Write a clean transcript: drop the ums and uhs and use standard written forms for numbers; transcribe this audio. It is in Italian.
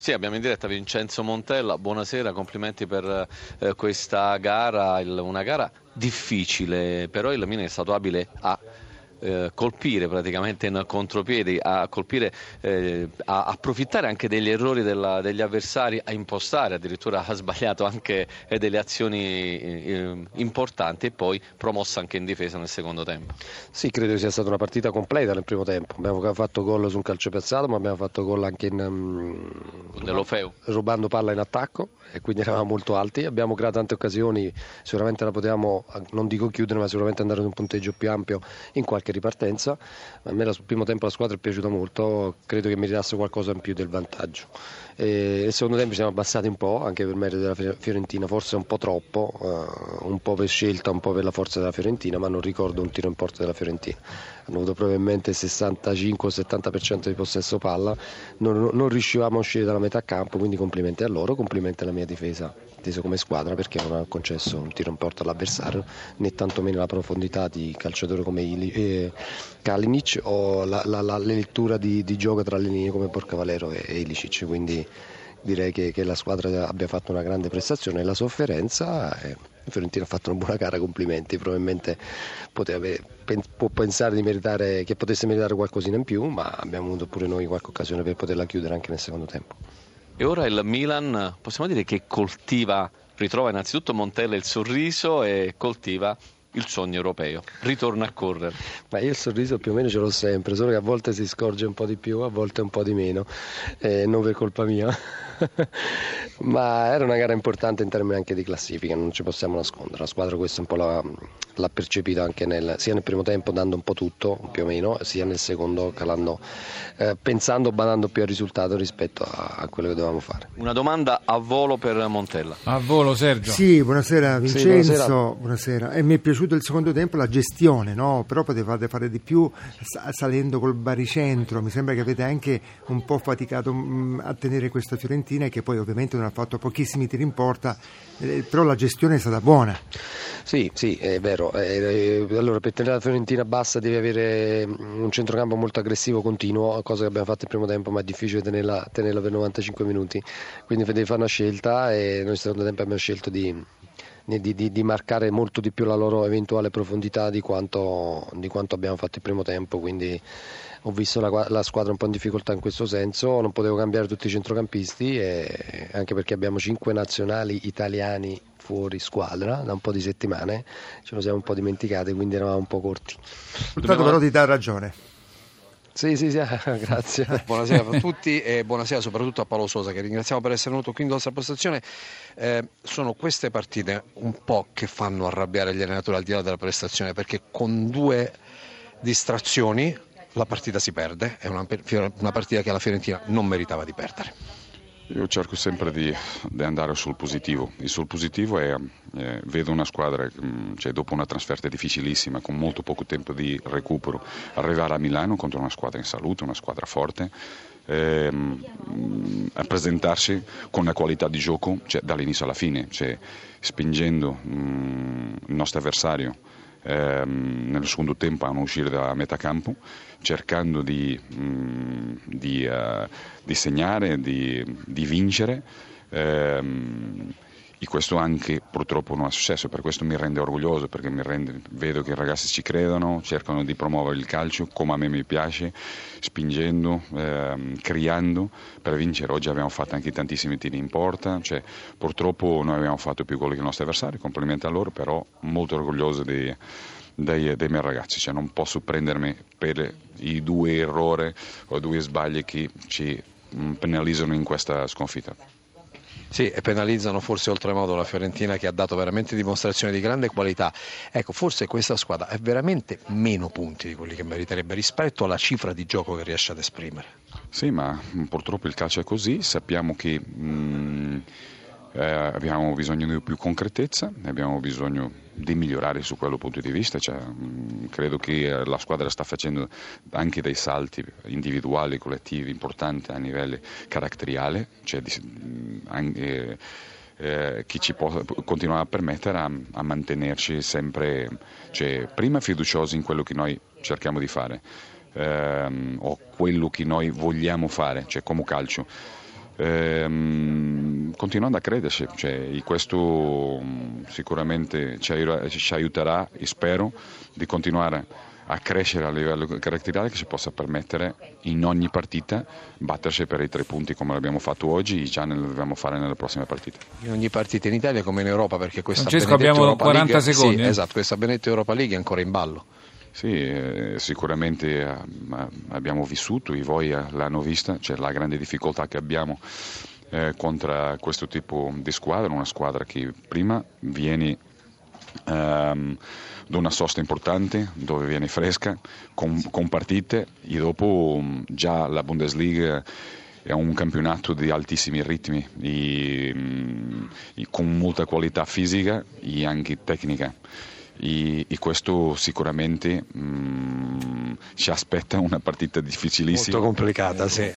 Sì, abbiamo in diretta Vincenzo Montella, buonasera, complimenti per questa gara, una gara difficile, però il Milan è stato abile a colpire praticamente in contropiedi, a colpire, a approfittare anche degli errori degli avversari, a impostare, addirittura ha sbagliato anche delle azioni importanti e poi promossa anche in difesa nel secondo tempo. Sì, credo sia stata una partita completa nel primo tempo. Abbiamo fatto gol su un calcio piazzato, ma abbiamo fatto gol anche rubando palla in attacco e quindi eravamo molto alti. Abbiamo creato tante occasioni, sicuramente la potevamo, non dico chiudere, ma sicuramente andare ad un punteggio più ampio in qualche ripartenza. A me sul primo tempo la squadra è piaciuta molto, credo che meritasse qualcosa in più del vantaggio. Nel secondo tempo ci siamo abbassati un po', anche per merito della Fiorentina, forse un po' troppo, un po' per scelta, un po' per la forza della Fiorentina, ma non ricordo un tiro in porta della Fiorentina. Hanno avuto probabilmente il 65-70% di possesso palla, non riuscivamo a uscire dalla metà campo, quindi complimenti a loro, complimenti alla mia difesa, inteso come squadra, perché non ha concesso un tiro in porta all'avversario, né tantomeno la profondità di calciatori come Kalinic o la lettura di gioco tra le linee come Borcavalero e Ilicic, quindi direi che la squadra abbia fatto una grande prestazione. La sofferenza, Fiorentina ha fatto una buona gara, complimenti, probabilmente può pensare di meritare, che potesse meritare qualcosina in più, ma abbiamo avuto pure noi qualche occasione per poterla chiudere anche nel secondo tempo. E ora il Milan, possiamo dire che ritrova innanzitutto Montella il sorriso e coltiva il sogno europeo, ritorna a correre. Ma io il sorriso più o meno ce l'ho sempre, solo che a volte si scorge un po' di più, a volte un po' di meno, non per colpa mia. Ma era una gara importante in termini anche di classifica, non ci possiamo nascondere. La squadra questo un po' l'ha percepito anche sia nel primo tempo dando un po' tutto, più o meno, sia nel secondo calando, badando più al risultato rispetto a quello che dovevamo fare. Una domanda a volo per Montella. A volo, Sergio. Sì, buonasera Vincenzo. Sì, buonasera. E mi è piaciuto il secondo tempo, la gestione, no? Però potevate fare di più salendo col baricentro. Mi sembra che avete anche un po' faticato a tenere questa Fiorentina, che poi ovviamente non ha fatto pochissimi tiri in porta, però la gestione è stata buona. Sì, è vero. Allora, per tenere la Fiorentina bassa devi avere un centrocampo molto aggressivo, continuo, cosa che abbiamo fatto il primo tempo, ma è difficile tenerla per 95 minuti. Quindi devi fare una scelta e noi nel secondo tempo abbiamo scelto di marcare molto di più la loro eventuale profondità di quanto abbiamo fatto il primo tempo, quindi ho visto la squadra un po' in difficoltà in questo senso. Non potevo cambiare tutti i centrocampisti, anche perché abbiamo 5 nazionali italiani fuori squadra da un po' di settimane, ce lo siamo un po' dimenticati, quindi eravamo un po' corti. Il risultato però ti dà ragione. Sì, grazie. Buonasera a tutti e buonasera soprattutto a Paolo Sosa, che ringraziamo per essere venuto qui in nostra postazione. Sono queste partite un po' che fanno arrabbiare gli allenatori al di là della prestazione, perché con 2 distrazioni la partita si perde, è una partita che la Fiorentina non meritava di perdere. Io cerco sempre di andare sul positivo. E sul positivo vedo una squadra, dopo una trasferta difficilissima, con molto poco tempo di recupero, arrivare a Milano contro una squadra in salute, una squadra forte, a presentarsi con una qualità di gioco dall'inizio alla fine, spingendo il nostro avversario nel secondo tempo a non uscire da metà campo, cercando di segnare, di vincere, e questo anche purtroppo non è successo. Per questo mi rende orgoglioso, perché vedo che i ragazzi ci credono, cercano di promuovere il calcio come a me mi piace, spingendo, creando per vincere. Oggi abbiamo fatto anche tantissimi tiri in porta, purtroppo noi abbiamo fatto più gol che i nostri avversari, complimenti a loro, però molto orgoglioso dei miei ragazzi, non posso prendermi per i 2 errori o 2 sbagli che ci penalizzano in questa sconfitta. Sì, e penalizzano forse oltremodo la Fiorentina, che ha dato veramente dimostrazione di grande qualità. Ecco, forse questa squadra ha veramente meno punti di quelli che meriterebbe rispetto alla cifra di gioco che riesce ad esprimere. Sì, ma purtroppo il calcio è così, sappiamo che abbiamo bisogno di più concretezza, abbiamo bisogno di migliorare su quello punto di vista. Credo che la squadra sta facendo anche dei salti individuali, collettivi importanti a livello caratteriale, che ci può continuare a permettere a mantenerci sempre, prima fiduciosi in quello che noi cerchiamo di fare, o quello che noi vogliamo fare, come calcio. continuando a crederci, questo sicuramente ci aiuterà, e spero di continuare a crescere a livello caratteriale, che si possa permettere in ogni partita battersi per i 3 punti come l'abbiamo fatto oggi, già ne dobbiamo fare nelle prossime partite. In ogni partita in Italia come in Europa, perché questa Francesco, abbiamo Europa 40 League, secondi. Sì, esatto, questa benedetta Europa League è ancora in ballo. Sì, sicuramente abbiamo vissuto, e voi l'hanno vista, la grande difficoltà che abbiamo contro questo tipo di squadra, una squadra che prima viene da una sosta importante, dove viene fresca, con partite, e dopo già la Bundesliga è un campionato di altissimi ritmi e con molta qualità fisica e anche tecnica. E questo sicuramente ci aspetta una partita difficilissima, molto complicata, sì.